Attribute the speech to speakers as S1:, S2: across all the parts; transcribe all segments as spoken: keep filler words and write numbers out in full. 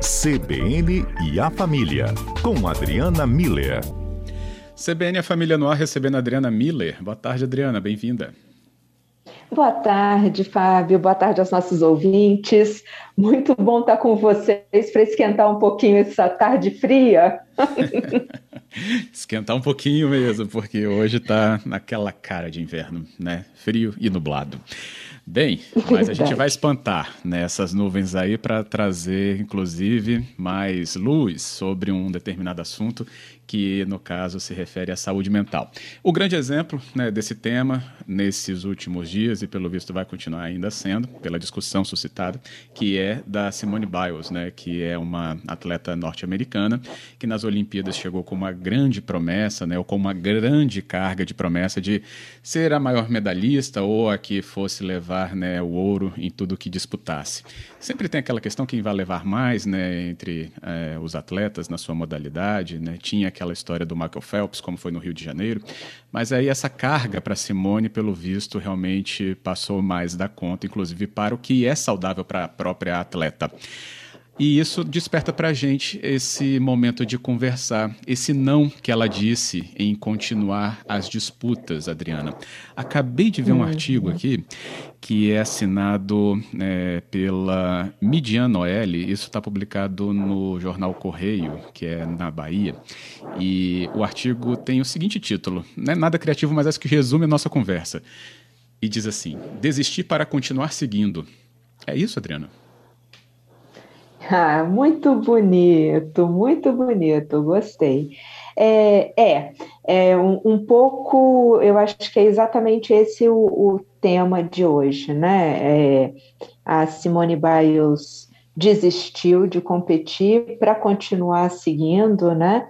S1: C B N e a Família, com Adriana Miller.
S2: C B N e a Família no ar, recebendo a Adriana Miller. Boa tarde, Adriana, bem-vinda.
S3: Boa tarde, Fábio. Boa tarde aos nossos ouvintes. Muito bom estar com vocês para esquentar um pouquinho essa tarde fria.
S2: Esquentar um pouquinho mesmo, porque hoje está naquela cara de inverno, né? Frio e nublado. Bem, mas a gente vai espantar, né, essas nuvens aí para trazer, inclusive, mais luz sobre um determinado assunto que, no caso, se refere à saúde mental. O grande exemplo, né, desse tema, nesses últimos dias, e pelo visto vai continuar ainda sendo, pela discussão suscitada, que é da Simone Biles, né, que é uma atleta norte-americana, que nas Olimpíadas chegou com uma grande promessa, né, ou com uma grande carga de promessa de ser a maior medalhista ou a que fosse levar, né, o ouro em tudo que disputasse. Sempre tem aquela questão quem vai levar mais, né, entre é, os atletas na sua modalidade, né, tinha aquela história do Michael Phelps, como foi no Rio de Janeiro, mas aí essa carga para Simone, pelo visto, realmente passou mais da conta, inclusive para o que é saudável para a própria atleta. E isso desperta para a gente esse momento de conversar, esse não que ela disse em continuar as disputas, Adriana. Acabei de ver um uhum. artigo aqui que é assinado é, pela Midian Noeli, isso está publicado no jornal Correio, que é na Bahia, e o artigo tem o seguinte título, não é nada criativo, mas acho que resume a nossa conversa, e diz assim: desistir para continuar seguindo. É isso, Adriana?
S3: Ah, muito bonito, muito bonito, gostei. É, é, é um, um pouco, eu acho que é exatamente esse o, o tema de hoje, né? É, a Simone Biles desistiu de competir para continuar seguindo, né?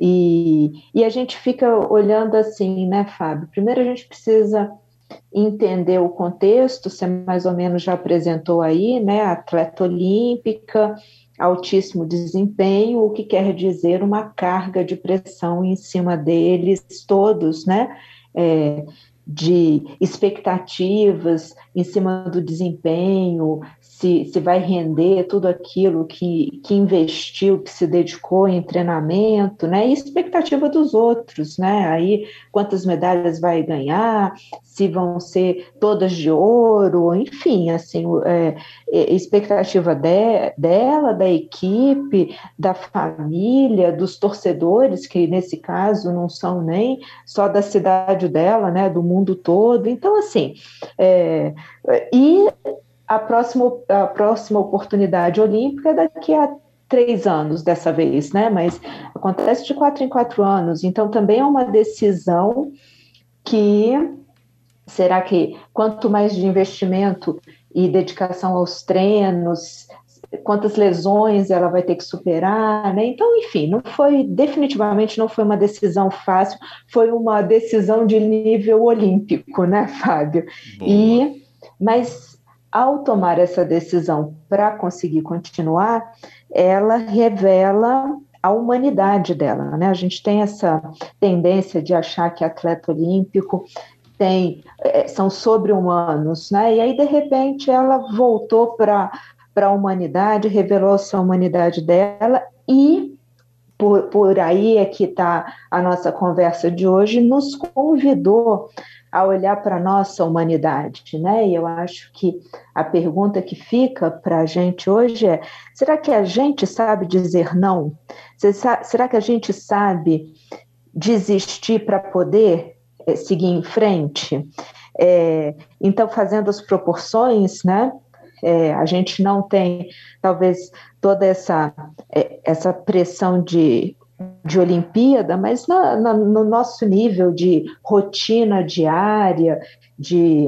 S3: E, e a gente fica olhando assim, né, Fábio? Primeiro a gente precisa entender o contexto, você mais ou menos já apresentou aí, né, atleta olímpica, altíssimo desempenho, o que quer dizer uma carga de pressão em cima deles todos, né, é, de expectativas em cima do desempenho, se, se vai render tudo aquilo que, que investiu, que se dedicou em treinamento, né, e expectativa dos outros, né, aí quantas medalhas vai ganhar, se vão ser todas de ouro, enfim, assim, é, é, expectativa de, dela, da equipe, da família, dos torcedores, que nesse caso não são nem só da cidade dela, né, do mundo todo. Então, assim, é, e a próxima, a próxima oportunidade olímpica é daqui a três anos dessa vez, né, mas acontece de quatro em quatro anos, então também é uma decisão que... Será que quanto mais de investimento e dedicação aos treinos, quantas lesões ela vai ter que superar, né? Então, enfim, não foi, definitivamente não foi uma decisão fácil, foi uma decisão de nível olímpico, né, Fábio?
S2: Boa.
S3: E, mas ao tomar essa decisão para conseguir continuar, ela revela a humanidade dela, né? A gente tem essa tendência de achar que atleta olímpico tem, são sobre-humanos, né? E aí, de repente, ela voltou para a humanidade, revelou a humanidade dela e, por, por aí é que está a nossa conversa de hoje, nos convidou a olhar para a nossa humanidade, né? E eu acho que a pergunta que fica para a gente hoje é: será que a gente sabe dizer não? Será que a gente sabe desistir para poder seguir em frente? É, então, fazendo as proporções, né, é, a gente não tem, talvez, toda essa, é, essa pressão de, de Olimpíada, mas na, na, no nosso nível de rotina diária, de,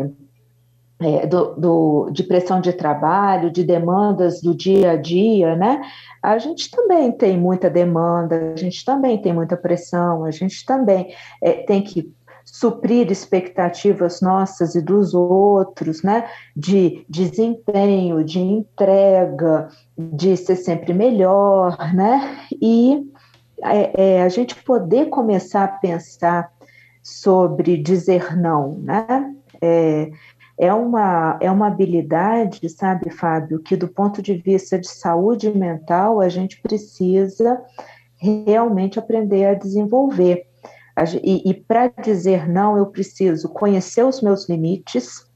S3: é, do, do, de pressão de trabalho, de demandas do dia a dia, né, a gente também tem muita demanda, a gente também tem muita pressão, a gente também é, tem que suprir expectativas nossas e dos outros, né, de desempenho, de entrega, de ser sempre melhor, né, e é, é, a gente poder começar a pensar sobre dizer não, né, é, é uma, é uma habilidade, sabe, Fábio, que do ponto de vista de saúde mental, a gente precisa realmente aprender a desenvolver. E, e para dizer não, eu preciso conhecer os meus limites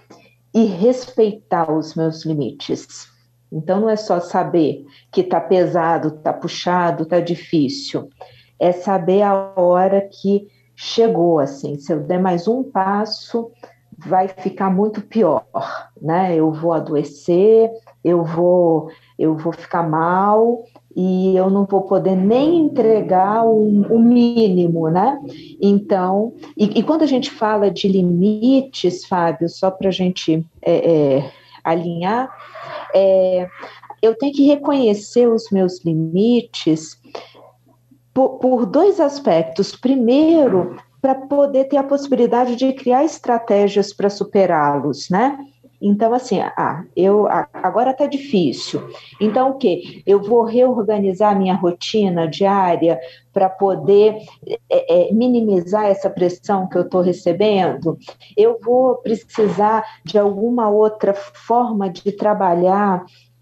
S3: e respeitar os meus limites. Então, não é só saber que está pesado, está puxado, está difícil. É saber a hora que chegou, assim. Se eu der mais um passo, vai ficar muito pior, né? Eu vou adoecer, eu vou, eu vou ficar mal e eu não vou poder nem entregar o, o mínimo, né? Então, e, e quando a gente fala de limites, Fábio, só para a gente é, é, alinhar, é, eu tenho que reconhecer os meus limites por, por dois aspectos. Primeiro, para poder ter a possibilidade de criar estratégias para superá-los, né? Então, assim, ah, eu, agora está difícil. Então, o quê? Eu vou reorganizar a minha rotina diária para poder é, é, minimizar essa pressão que eu estou recebendo? Eu vou precisar de alguma outra forma de trabalhar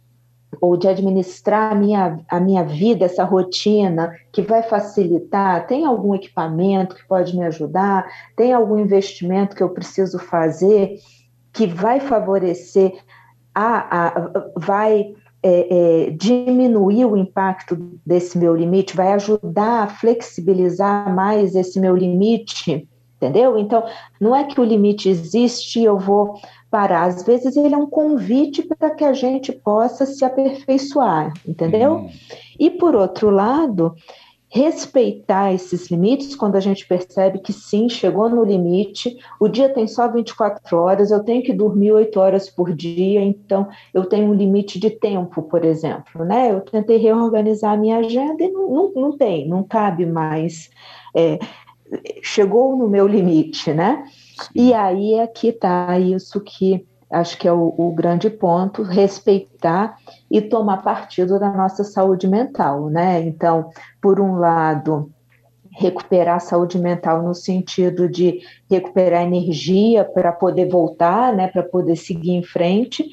S3: ou de administrar a minha, a minha vida, essa rotina, que vai facilitar? Tem algum equipamento que pode me ajudar? Tem algum investimento que eu preciso fazer que vai favorecer, a, a, vai é, é, diminuir o impacto desse meu limite, vai ajudar a flexibilizar mais esse meu limite, entendeu? Então, não é que o limite existe e eu vou parar. Às vezes ele é um convite para que a gente possa se aperfeiçoar, entendeu? Hum. E, por outro lado, respeitar esses limites quando a gente percebe que sim, chegou no limite, o dia tem só vinte e quatro horas, eu tenho que dormir oito horas por dia, então eu tenho um limite de tempo, por exemplo, né? Eu tentei reorganizar a minha agenda e não, não, não tem, não cabe mais, é, chegou no meu limite, né? Sim. E aí é que está isso que acho que é o, o grande ponto, respeitar e tomar partido da nossa saúde mental, né? Então, por um lado, recuperar a saúde mental no sentido de recuperar energia para poder voltar, né? Para poder seguir em frente.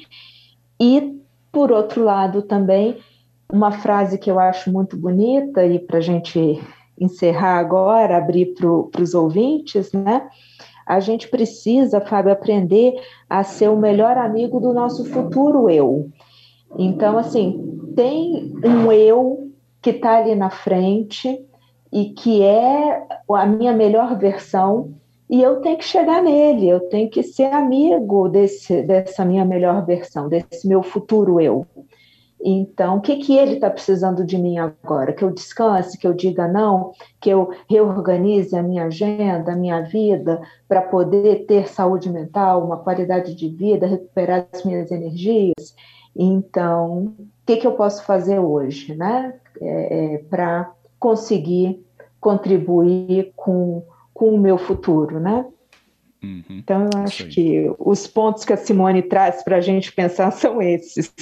S3: E, por outro lado, também, uma frase que eu acho muito bonita, e para a gente encerrar agora, abrir para os ouvintes, né? A gente precisa, Fábio, aprender a ser o melhor amigo do nosso futuro eu. Então, assim, tem um eu que está ali na frente e que é a minha melhor versão e eu tenho que chegar nele, eu tenho que ser amigo desse, dessa minha melhor versão, desse meu futuro eu. Então, o que, que ele está precisando de mim agora? Que eu descanse, que eu diga não, que eu reorganize a minha agenda, a minha vida, para poder ter saúde mental, uma qualidade de vida, recuperar as minhas energias? Então, o que, que eu posso fazer hoje, né? É, é, para conseguir contribuir com, com o meu futuro, né? Uhum, então, eu acho que os pontos que a Simone traz para a gente pensar são esses.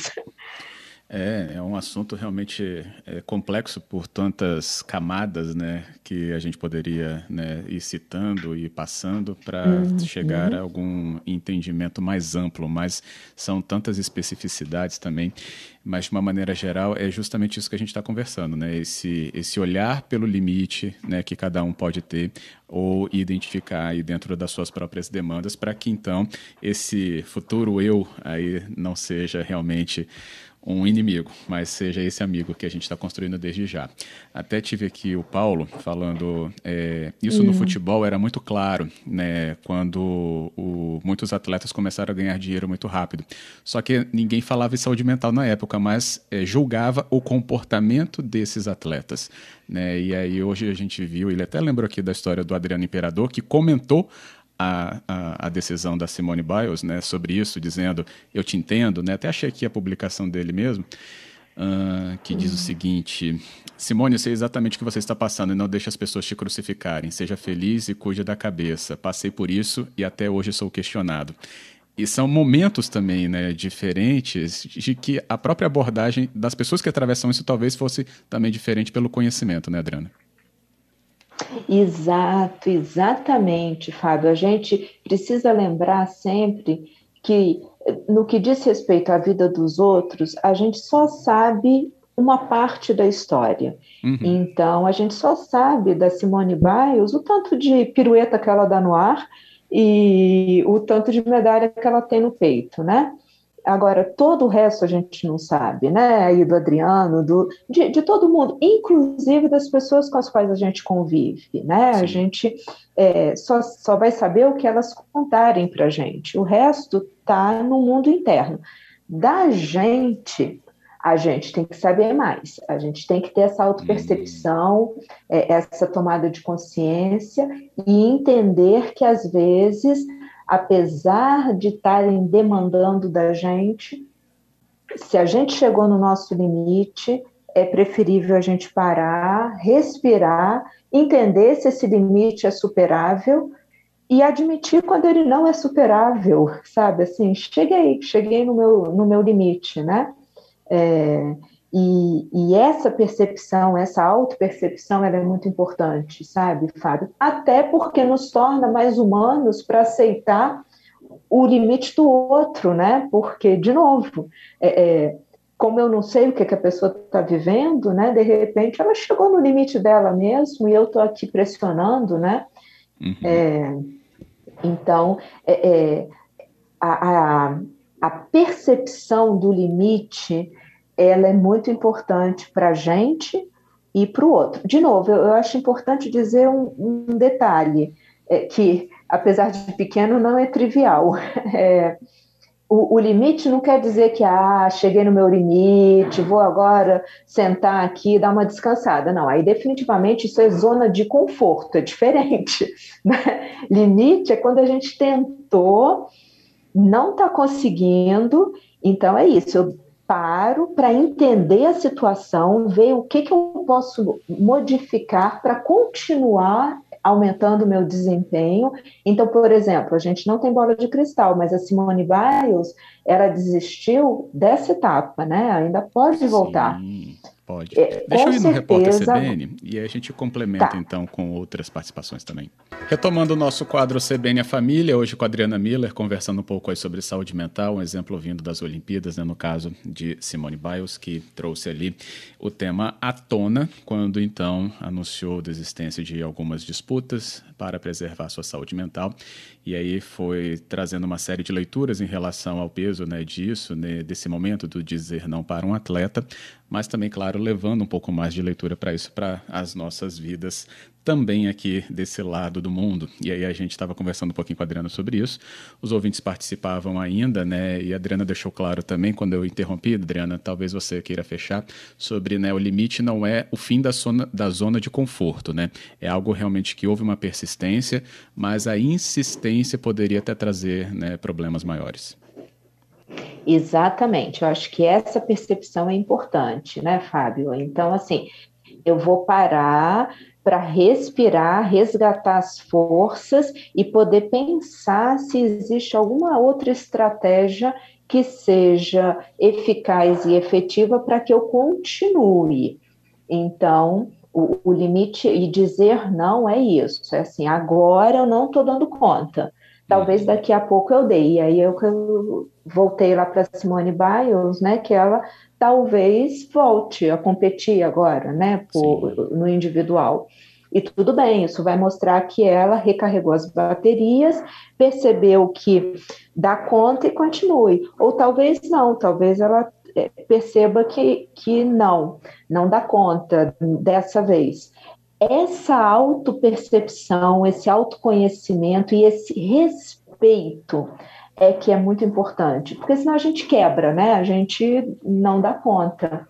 S2: É, é um assunto realmente é, complexo por tantas camadas, né, que a gente poderia, né, ir citando e passando para uhum. chegar a algum entendimento mais amplo, mas são tantas especificidades também, mas de uma maneira geral é justamente isso que a gente está conversando, né, esse, esse olhar pelo limite, né, que cada um pode ter ou identificar aí dentro das suas próprias demandas para que então esse futuro eu aí não seja realmente um inimigo, mas seja esse amigo que a gente está construindo desde já. Até tive aqui o Paulo falando, é, isso uhum. no futebol era muito claro, né, quando o, muitos atletas começaram a ganhar dinheiro muito rápido. Só que ninguém falava em saúde mental na época, mas é, julgava o comportamento desses atletas, né? E aí hoje a gente viu, ele até lembrou aqui da história do Adriano Imperador, que comentou A, a, a decisão da Simone Biles, né, sobre isso, dizendo, eu te entendo, né, até achei aqui a publicação dele mesmo, uh, que diz uhum. o seguinte: Simone, eu sei exatamente o que você está passando e não deixe as pessoas te crucificarem, seja feliz e cuide da cabeça, passei por isso e até hoje sou questionado. E são momentos também, né, diferentes de que a própria abordagem das pessoas que atravessam isso talvez fosse também diferente pelo conhecimento, né, Adriana?
S3: Exato, exatamente, Fábio. A gente precisa lembrar sempre que, no que diz respeito à vida dos outros, a gente só sabe uma parte da história. Uhum. Então, a gente só sabe da Simone Biles o tanto de pirueta que ela dá no ar e o tanto de medalha que ela tem no peito, né? Agora, todo o resto a gente não sabe, né? Aí do Adriano, do, de, de todo mundo, inclusive das pessoas com as quais a gente convive, né? Sim. A gente é, só, só vai saber o que elas contarem para a gente. O resto está no mundo interno. Da gente, a gente tem que saber mais. A gente tem que ter essa autopercepção, hum. é, essa tomada de consciência e entender que, às vezes, apesar de estarem demandando da gente, se a gente chegou no nosso limite, é preferível a gente parar, respirar, entender se esse limite é superável e admitir quando ele não é superável, sabe? Assim, cheguei, cheguei no meu, no meu limite, né? É, e, e essa percepção, essa autopercepção, ela é muito importante, sabe, Fábio? Até porque nos torna mais humanos para aceitar o limite do outro, né? Porque, de novo, é, é, como eu não sei o que, que a pessoa está vivendo, né? De repente ela chegou no limite dela mesmo e eu estou aqui pressionando, né? Uhum. É, então, é, é, a, a, a percepção do limite, ela é muito importante para a gente e para o outro. De novo, eu, eu acho importante dizer um, um detalhe, é, que, apesar de pequeno, não é trivial. É, o, o limite não quer dizer que, ah, cheguei no meu limite, vou agora sentar aqui e dar uma descansada. Não, aí definitivamente isso é zona de conforto, é diferente, né? Limite é quando a gente tentou, não está conseguindo, então é isso, eu paro para entender a situação, ver o que, que eu posso modificar para continuar aumentando o meu desempenho. Então, por exemplo, a gente não tem bola de cristal, mas a Simone Biles, ela desistiu dessa etapa, né? Ainda pode voltar.
S2: Sim, pode. É, Deixa eu ir no Repórter C B N e aí a gente complementa, tá, então, com outras participações também. Retomando o nosso quadro C B N A Família, hoje com a Adriana Miller, conversando um pouco aí sobre saúde mental, um exemplo vindo das Olimpíadas, né, no caso de Simone Biles, que trouxe ali o tema à tona, quando então anunciou a desistência de algumas disputas para preservar sua saúde mental. E aí foi trazendo uma série de leituras em relação ao peso, né, disso, né, desse momento do dizer não para um atleta, mas também, claro, levando um pouco mais de leitura para isso, para as nossas vidas também aqui desse lado do mundo. E aí a gente estava conversando um pouquinho com a Adriana sobre isso, os ouvintes participavam ainda, né, e a Adriana deixou claro também, quando eu interrompi, Adriana, talvez você queira fechar, sobre, né, o limite não é o fim da zona, da zona de conforto, né, é algo realmente que houve uma persistência, mas a insistência poderia até trazer, né, problemas maiores.
S3: Exatamente, eu acho que essa percepção é importante, né, Fábio? Então, assim, eu vou parar para respirar, resgatar as forças e poder pensar se existe alguma outra estratégia que seja eficaz e efetiva para que eu continue. Então, o, o limite e dizer não é isso, é assim, agora eu não estou dando conta. Talvez daqui a pouco eu dei. E aí eu, eu voltei lá para Simone Biles, né, que ela talvez volte a competir agora, né, por, no individual. E tudo bem, isso vai mostrar que ela recarregou as baterias, percebeu que dá conta e continue. Ou talvez não, talvez ela perceba que, que não, não dá conta dessa vez. Essa autopercepção, esse autoconhecimento e esse respeito é que é muito importante, porque senão a gente quebra, né? A gente não dá conta.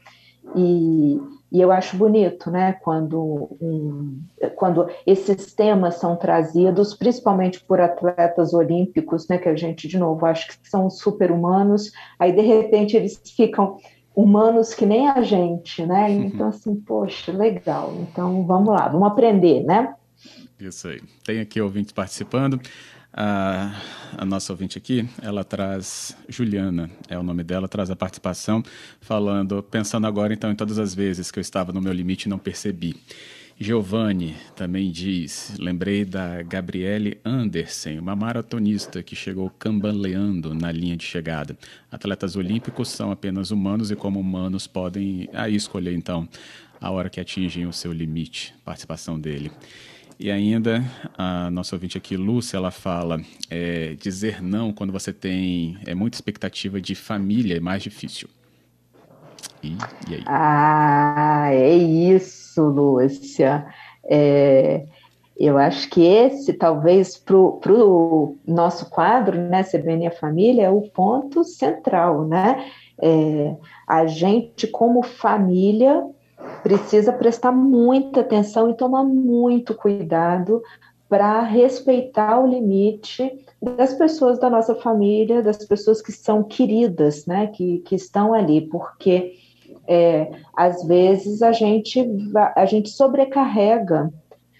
S3: E, e eu acho bonito, né? Quando, um, quando esses temas são trazidos, principalmente por atletas olímpicos, né? Que a gente, de novo, acho que são super-humanos, aí de repente eles ficam humanos que nem a gente, né? Então, assim, poxa, legal. Então, vamos lá, vamos aprender, né?
S2: Isso aí. Tem aqui ouvintes participando. A, a nossa ouvinte aqui, ela traz, Juliana é o nome dela, traz a participação falando, pensando agora, então, em todas as vezes que eu estava no meu limite e não percebi. Giovanni também diz, lembrei da Gabriele Andersen, uma maratonista que chegou cambaleando na linha de chegada. Atletas olímpicos são apenas humanos e como humanos podem aí escolher então a hora que atingem o seu limite, participação dele. E ainda, a nossa ouvinte aqui, Lúcia, ela fala, é, dizer não quando você tem é, muita expectativa de família é mais difícil. E, e aí?
S3: Ah, é isso, Lúcia. É, eu acho que esse, talvez, para o nosso quadro, né, C B N e a Família, é o ponto central, né? É, a gente, como família, precisa prestar muita atenção e tomar muito cuidado para respeitar o limite das pessoas da nossa família, das pessoas que são queridas, né, que, que estão ali, porque é, às vezes a gente, a gente sobrecarrega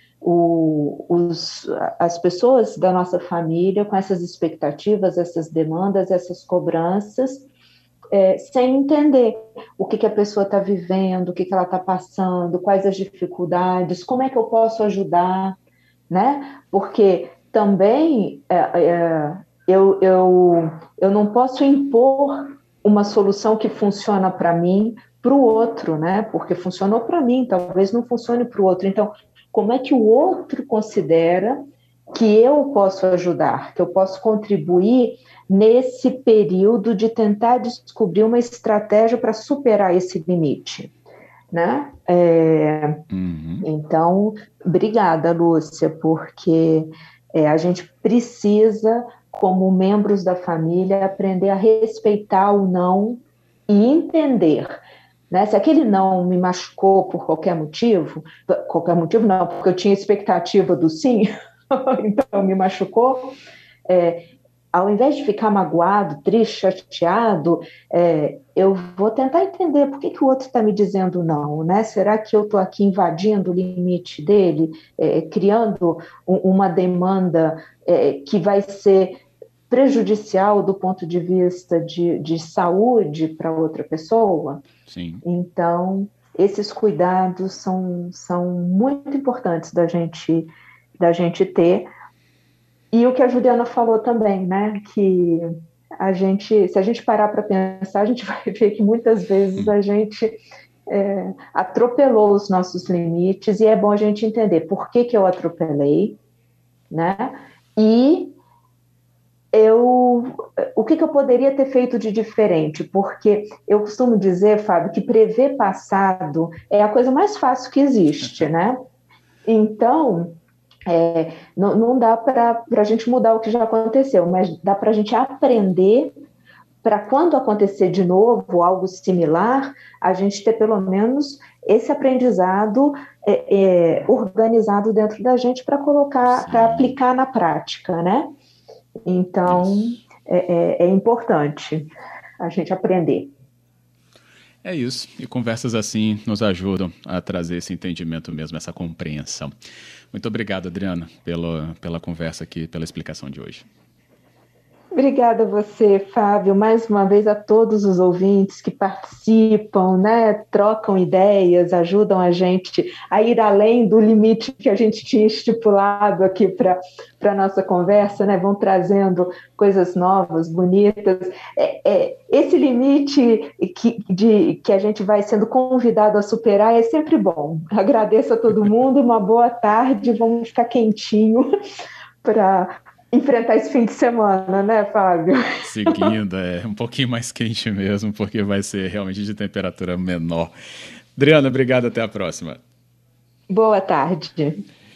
S3: o, os, as pessoas da nossa família com essas expectativas, essas demandas, essas cobranças, é, sem entender o que, que a pessoa está vivendo, o que, que ela está passando, quais as dificuldades, como é que eu posso ajudar, né? Porque também é, é, eu, eu, eu não posso impor uma solução que funciona para mim para o outro, né? Porque funcionou para mim, talvez não funcione para o outro. Então, como é que o outro considera que eu posso ajudar, que eu posso contribuir nesse período de tentar descobrir uma estratégia para superar esse limite, né? É, uhum. Então, obrigada, Lúcia, porque é, a gente precisa, como membros da família, aprender a respeitar o não e entender, né? Se aquele não me machucou por qualquer motivo, qualquer motivo não, porque eu tinha expectativa do sim, então me machucou, é, ao invés de ficar magoado, triste, chateado, é, eu vou tentar entender por que, que o outro está me dizendo não, né? Será que eu estou aqui invadindo o limite dele, é, criando um, uma demanda é, que vai ser prejudicial do ponto de vista de, de saúde para outra pessoa?
S2: Sim.
S3: Então, esses cuidados são, são muito importantes da gente, da gente ter. E o que a Juliana falou também, né, que a gente, se a gente parar para pensar, a gente vai ver que muitas vezes a gente é, atropelou os nossos limites, e é bom a gente entender por que que eu atropelei, né, e eu, o que que eu poderia ter feito de diferente, porque eu costumo dizer, Fábio, que prever passado é a coisa mais fácil que existe, né, então... É, não, não dá para a gente mudar o que já aconteceu, mas dá para a gente aprender para quando acontecer de novo algo similar, a gente ter pelo menos esse aprendizado é, é, organizado dentro da gente para colocar, para aplicar na prática, né? Então, é, é, é importante a gente aprender.
S2: É isso, e conversas assim nos ajudam a trazer esse entendimento mesmo, essa compreensão. Muito obrigado, Adriana, pela, pela conversa aqui, pela explicação de hoje.
S3: Obrigada a você, Fábio, mais uma vez a todos os ouvintes que participam, né, trocam ideias, ajudam a gente a ir além do limite que a gente tinha estipulado aqui para a nossa conversa, né, vão trazendo coisas novas, bonitas. É, é, esse limite que, de, que a gente vai sendo convidado a superar é sempre bom. Agradeço a todo mundo, uma boa tarde, vamos ficar quentinho para... enfrentar esse fim de semana, né, Fábio?
S2: Seguindo, é um pouquinho mais quente mesmo, porque vai ser realmente de temperatura menor. Adriana, obrigado, até a próxima.
S3: Boa tarde.